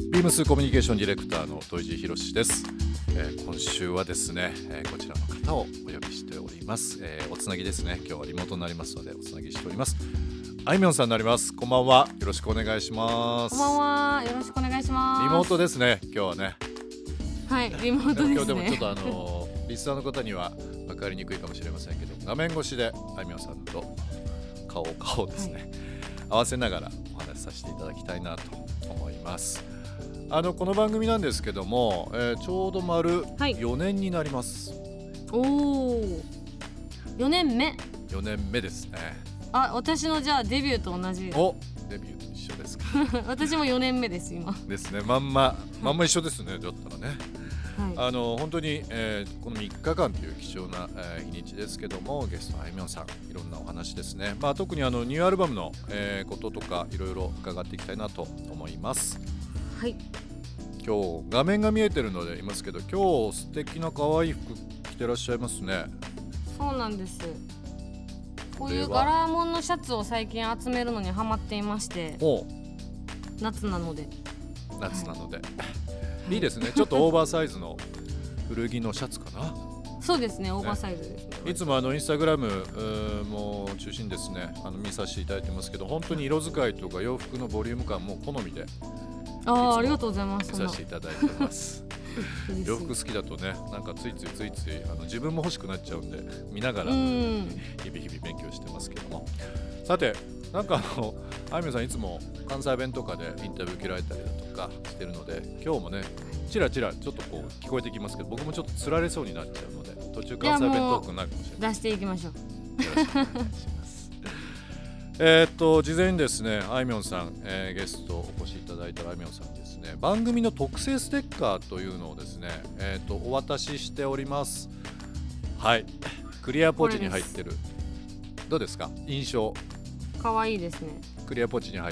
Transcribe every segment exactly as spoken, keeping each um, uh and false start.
ビームスコミュニケーションディレクターの戸井地博です、えー、今週はですね、えー、こちらの方をお呼びしております、えー、おつなぎですね。今日はリモートになりますのでおつなぎしております。あいみょんさんになります。こんばんは、よろしくお願いします。 こんばんは、よろしくお願いします。 リモートですね、今日はね。 はい、リモートですね。 今日でもちょっとあのリスナーの方には分かりにくいかもしれませんけど、画面越しであいみょんさんと顔を顔をですね、はい、合わせながらお話しさせていただきたいなと思います。あのこの番組なんですけども、えー、ちょうど丸よねんになります、はい、 おー、よねんめよねんめですね。 あ、私のじゃあデビューと同じ。 お、デビューと一緒ですか。 私もよねんめです今ですね。まんま、まんま一緒ですね、だったらね、 はい、 あの本当に、えー、このみっかかんという貴重な、えー、日にちですけども、ゲストあいみょんさんいろんなお話ですね、まあ、特にあのニューアルバムの、えー、こととかいろいろ伺っていきたいなと思います。 はい、 今日画面が見えてるので言いますけど、今日素敵な可愛い服着てらっしゃいますね。 そうなんです。こういう柄物のシャツを最近集めるのにハマっていまして、夏なので夏なので、はい、いいですね。ちょっとオーバーサイズの古着のシャツかな。 そうですね、オーバーサイズですね。 いつもあのインスタグラムも中心ですね、あの見させていただいてますけど、本当に色使いとか洋服のボリューム感も好みで、 ああ、ありがとうございます。 見させていただいてます洋服好きだとね、なんかついついついついあの自分も欲しくなっちゃうんで、見ながら日々日々勉強してますけども。さて、なんかあのあいみょんさんいつも関西弁とかでインタビュー受けられたりだとかしてるので、今日もねチラチラちょっとこう聞こえてきますけど、僕もちょっとつられそうになっちゃうので、途中関西弁トークになるかもしれない。 出していきましょう。 よろしくお願いしますえっと事前にですね、あいみょんさん、えー、ゲストお越しいただいたあいみょんさんにですね、番組の特製ステッカーというのをですね、えー、とお渡ししております。はい、クリアポーチに入ってる。どうですか、印象。 かわいいですね。 クリアポーチに入って、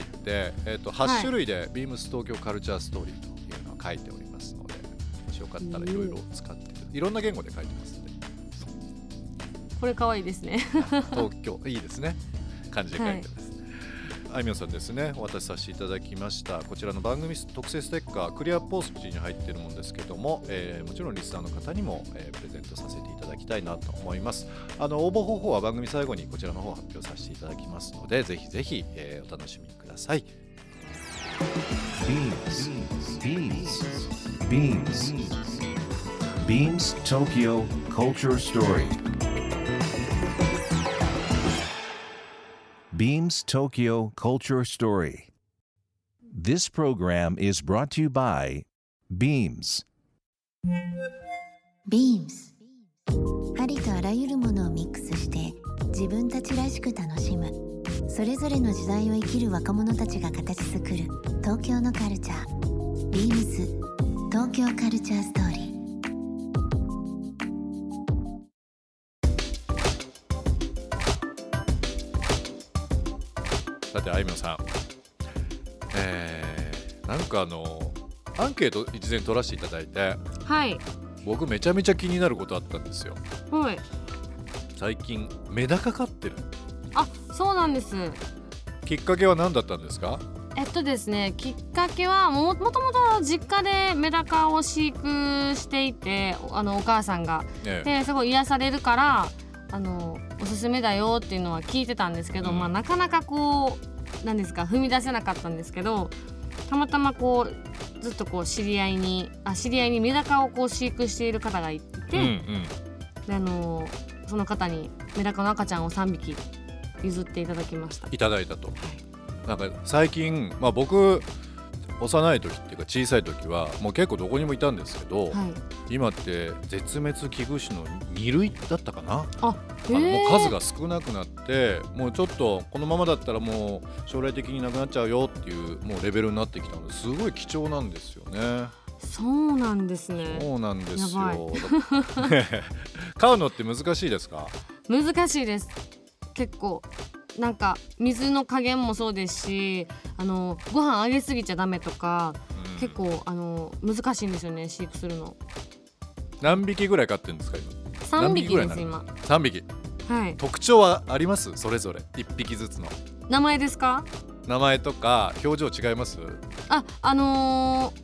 えー、とはち種類でビームス東京カルチャーストーリーというのを書いておりますので、もしよかったらいろいろ使ってる、いろんな言語で書いてますので。 これかわいいですね。 東京いいですね、漢字で書いてます、はい、あいみょんさんですね、お渡しさせていただきましたこちらの番組特製ステッカー、クリアポーチに入っているものですけども、えー、もちろんリスナーの方にも、えー、プレゼントさせていただきたいなと思います。あの応募方法は番組最後にこちらの方を発表させていただきますので、ぜひぜひ、えー、お楽しみください。 ビームス ビームス Tokyo Culture Story. Beams Tokyo Culture Story. This program is brought to you by Beams. Beams ありとあらゆるものをミックスして自分たちらしく楽しむ、それぞれの時代を生きる若者たちが形作る東京のカルチャー。 Beams 東京カルチャーストーリー。 さてあいみょんさん、えー、なんかあのアンケート事前に取らせていただいて、 はい、 僕めちゃめちゃ気になることあったんですよ。 はい、 最近メダカ飼ってる。 あ、そうなんです。 きっかけは何だったんですか？ えっとですね、きっかけは も, もともと実家でメダカを飼育していて、あのお母さんが、ね、ですごい癒されるからあのおすすめだよっていうのは聞いてたんですけど、うん、まあ、なかなかこうなんですか踏み出せなかったんですけど、たまたまこうずっとこう知り合いにあ知り合いにメダカをこう飼育している方がいて、うんうん、であのその方にメダカの赤ちゃんをさんびき譲っていただきました。 いただいたと、はい、なんか最近、まあ、僕幼い時っていうか小さい時はもう結構どこにもいたんですけど、はい、今って絶滅危惧種のに類だったかな。あ、へー、あのもう数が少なくなって、もうちょっとこのままだったらもう将来的になくなっちゃうよっていうもうレベルになってきたので、すごい貴重なんですよね。 そうなんですね。 そうなんですよ。飼うのって難しいですか？ 難しいです。結構なんか水の加減もそうですし、あのご飯あげすぎちゃダメとか、うん、結構あの難しいんですよね、飼育するの。 何匹ぐらい飼ってるんですか今？ さんびきです今。 さんびき、はい、特徴はあります？それぞれいっぴきずつの名前ですか？ 名前とか表情違います？ あ、あのー、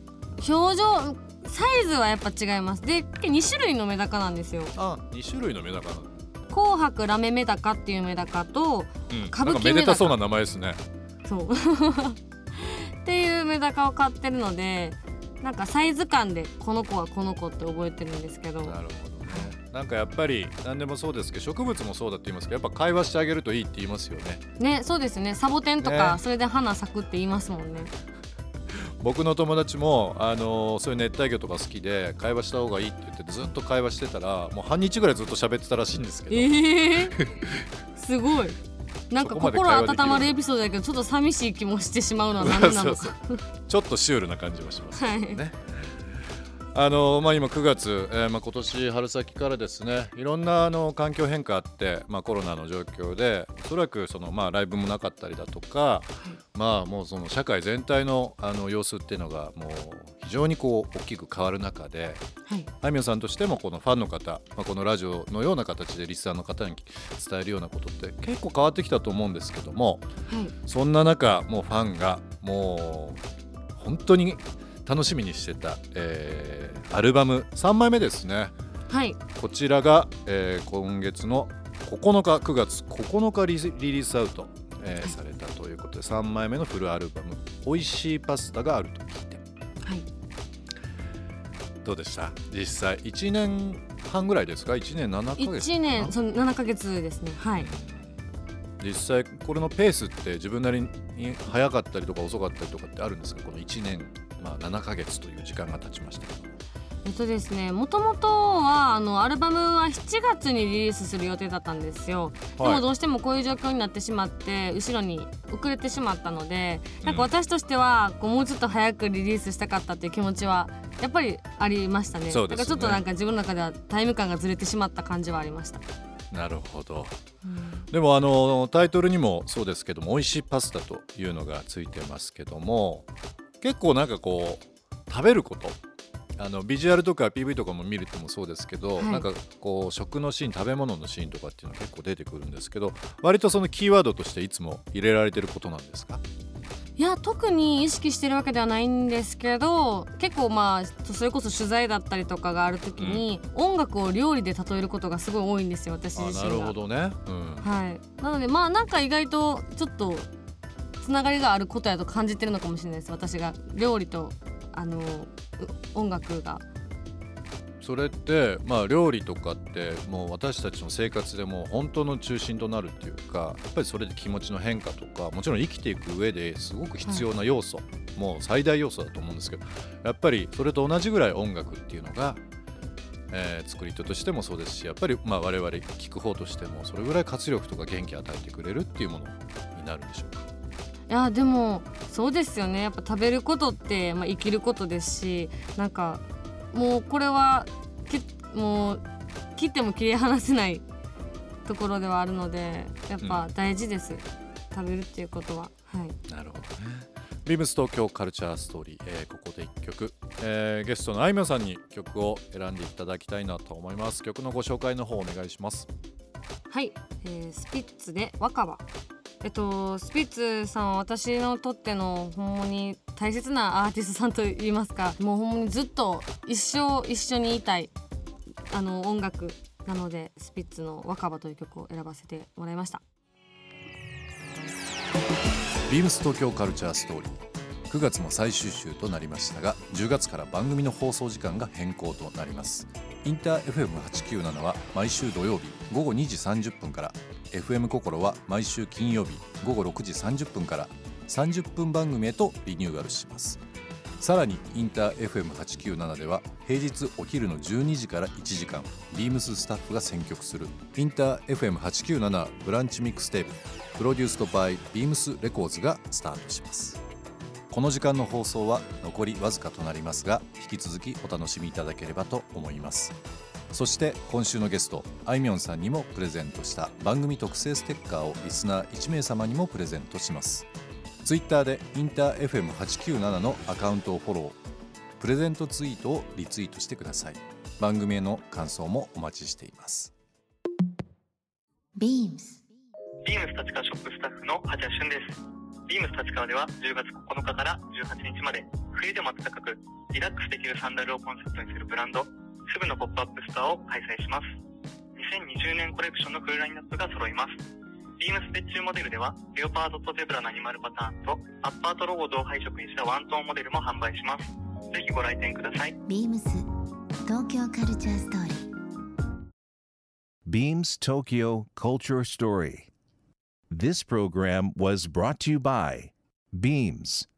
表情サイズはやっぱ違います。でに種類のメダカなんですよ。 あ、に種類のメダカなの。 紅白ラメメダカっていうメダカと、うん、歌舞伎メダカ。なんかめでたそうな名前ですね。 そうっていうメダカを飼ってるので、なんかサイズ感でこの子はこの子って覚えてるんですけど。 なるほどね。なんかやっぱり何でもそうですけど、植物もそうだって言いますけど、やっぱ会話してあげるといいって言いますよね。 ね、そうですね。サボテンとか、ね、それで花咲くって言いますもんね。 僕の友達も、あのー、そういう熱帯魚とか好きで会話した方がいいって言ってずっと会話してたら、もう半日ぐらいずっと喋ってたらしいんですけど、えー、すごい。なんか心温まるエピソードだけど、ちょっと寂しい気もしてしまうのは何なのか。そうそうそうちょっとシュールな感じもしますね、はい。あのまあ、今くがつ、えーまあ、今年春先からですね、いろんなあの環境変化あって、まあ、コロナの状況でおそらくその、まあ、ライブもなかったりだとか、はい、まあ、もうその社会全体 の, あの様子っていうのがもう非常にこう大きく変わる中で、はい、あいみょんさんとしてもこのファンの方、まあ、このラジオのような形でリスナーの方に伝えるようなことって結構変わってきたと思うんですけども、はい、そんな中もうファンがもう本当に楽しみにしてた、えー、アルバムさんまいめですね、はい、こちらが、えー、今月のここのかくがつここのかリリースアウト、えー、されたということでさんまいめのフルアルバムおいしいパスタがあると聞いて、はい、どうでした？実際いちねんはんぐらいですか？いちねんななかげつ、いちねんそのななかげつですね。はい。 実際これのペースって自分なりに早かったりとか遅かったりとかってあるんですか？このいちねん、まあ、ななかげつという時間が経ちましたけど。 えっとですね、もともとはあのアルバムはしちがつにリリースする予定だったんですよ、はい、でもどうしてもこういう状況になってしまって後ろに遅れてしまったので、なんか私としてはこうもうちょっと早くリリースしたかったっていう気持ちはやっぱりありましたね。そうですね。だからちょっとなんか自分の中ではタイム感がずれてしまった感じはありました。 なるほど、うん、でもあのタイトルにもそうですけども、おいしいパスタというのがついてますけども、結構なんかこう食べること、あのビジュアルとか ピーブイ とかも見るともそうですけど、はい、なんかこう食のシーン、食べ物のシーンとかっていうのが結構出てくるんですけど、割とそのキーワードとしていつも入れられてることなんですか？ いや、特に意識してるわけではないんですけど、結構まあそれこそ取材だったりとかがある時に、うん、音楽を料理で例えることがすごい多いんですよ、私自身が。あ、なるほどね、うん、はい。なのでまあなんか意外とちょっとつながりがあることやと感じてるのかもしれないです、私が料理とあの音楽が。 それって、まあ、料理とかってもう私たちの生活でも本当の中心となるっていうか、やっぱりそれで気持ちの変化とか、もちろん生きていく上ですごく必要な要素、はい、もう最大要素だと思うんですけど、やっぱりそれと同じぐらい音楽っていうのが、えー、作り手としてもそうですし、やっぱりまあ我々聴く方としてもそれぐらい活力とか元気を与えてくれるっていうものになるんでしょうか？ いやでもそうですよね。やっぱ食べることって、まあ、生きることですし、なんかもうこれはもう切っても切り離せないところではあるので、やっぱ大事です、うん、食べるっていうことは。はい、 なるほどね。ビームス東京カルチャーストーリー、えー、ここでいっきょく、えー、ゲストのあいみょんさんに曲を選んでいただきたいなと思います。曲のご紹介の方お願いします。 はい、えー、スピッツで若葉。えっと、スピッツさんは私のとってのほんまに大切なアーティストさんといいますか、もうほんまにずっと一生一緒にいたいあの音楽なので、スピッツの若葉という曲を選ばせてもらいました。 ビームス東京カルチャーストーリー、くがつも最終週となりましたが、じゅうがつから番組の放送時間が変更となります。インター エフエムはちきゅうなな は毎週土曜日ごごにじさんじゅっぷんから、 エフエム 心は毎週金曜日ごごろくじさんじゅっぷんからさんじゅっぷん番組へとリニューアルします。さらにインター エフエムはちきゅうなな では平日お昼のじゅうにじからいちじかん、ビームススタッフが選曲するインター エフエムはちきゅうなな ブランチミックステーププロデュースドバイビームスレコーズがスタートします。この時間の放送は残りわずかとなりますが、引き続きお楽しみいただければと思います。そして今週のゲストあいみょんさんにもプレゼントした番組特製ステッカーをリスナーいちめいさまにもプレゼントします。ツイッターでインター エフエムはちきゅうなな のアカウントをフォロー、プレゼントツイートをリツイートしてください。番組への感想もお待ちしています。 ビームスビームス立川ショップスタッフの八谷俊です。 ビームス立川ではじゅうがつここのかからじゅうはちにちまで冬でも暖かくリラックスできるサンダルをコンセプトにするブランドスブのポップアップストアを開催します。にせんにじゅうねんコレクションのフルラインナップが揃います。ビームス別注モデルではレオパードとゼブラのアニマルパターンとアッパーとロゴを同配色にしたワントーンモデルも販売します。ぜひご来店ください。 ビームス東京カルチャーストーリー Beams Tokyo Culture Story. This program was brought to you by Beams.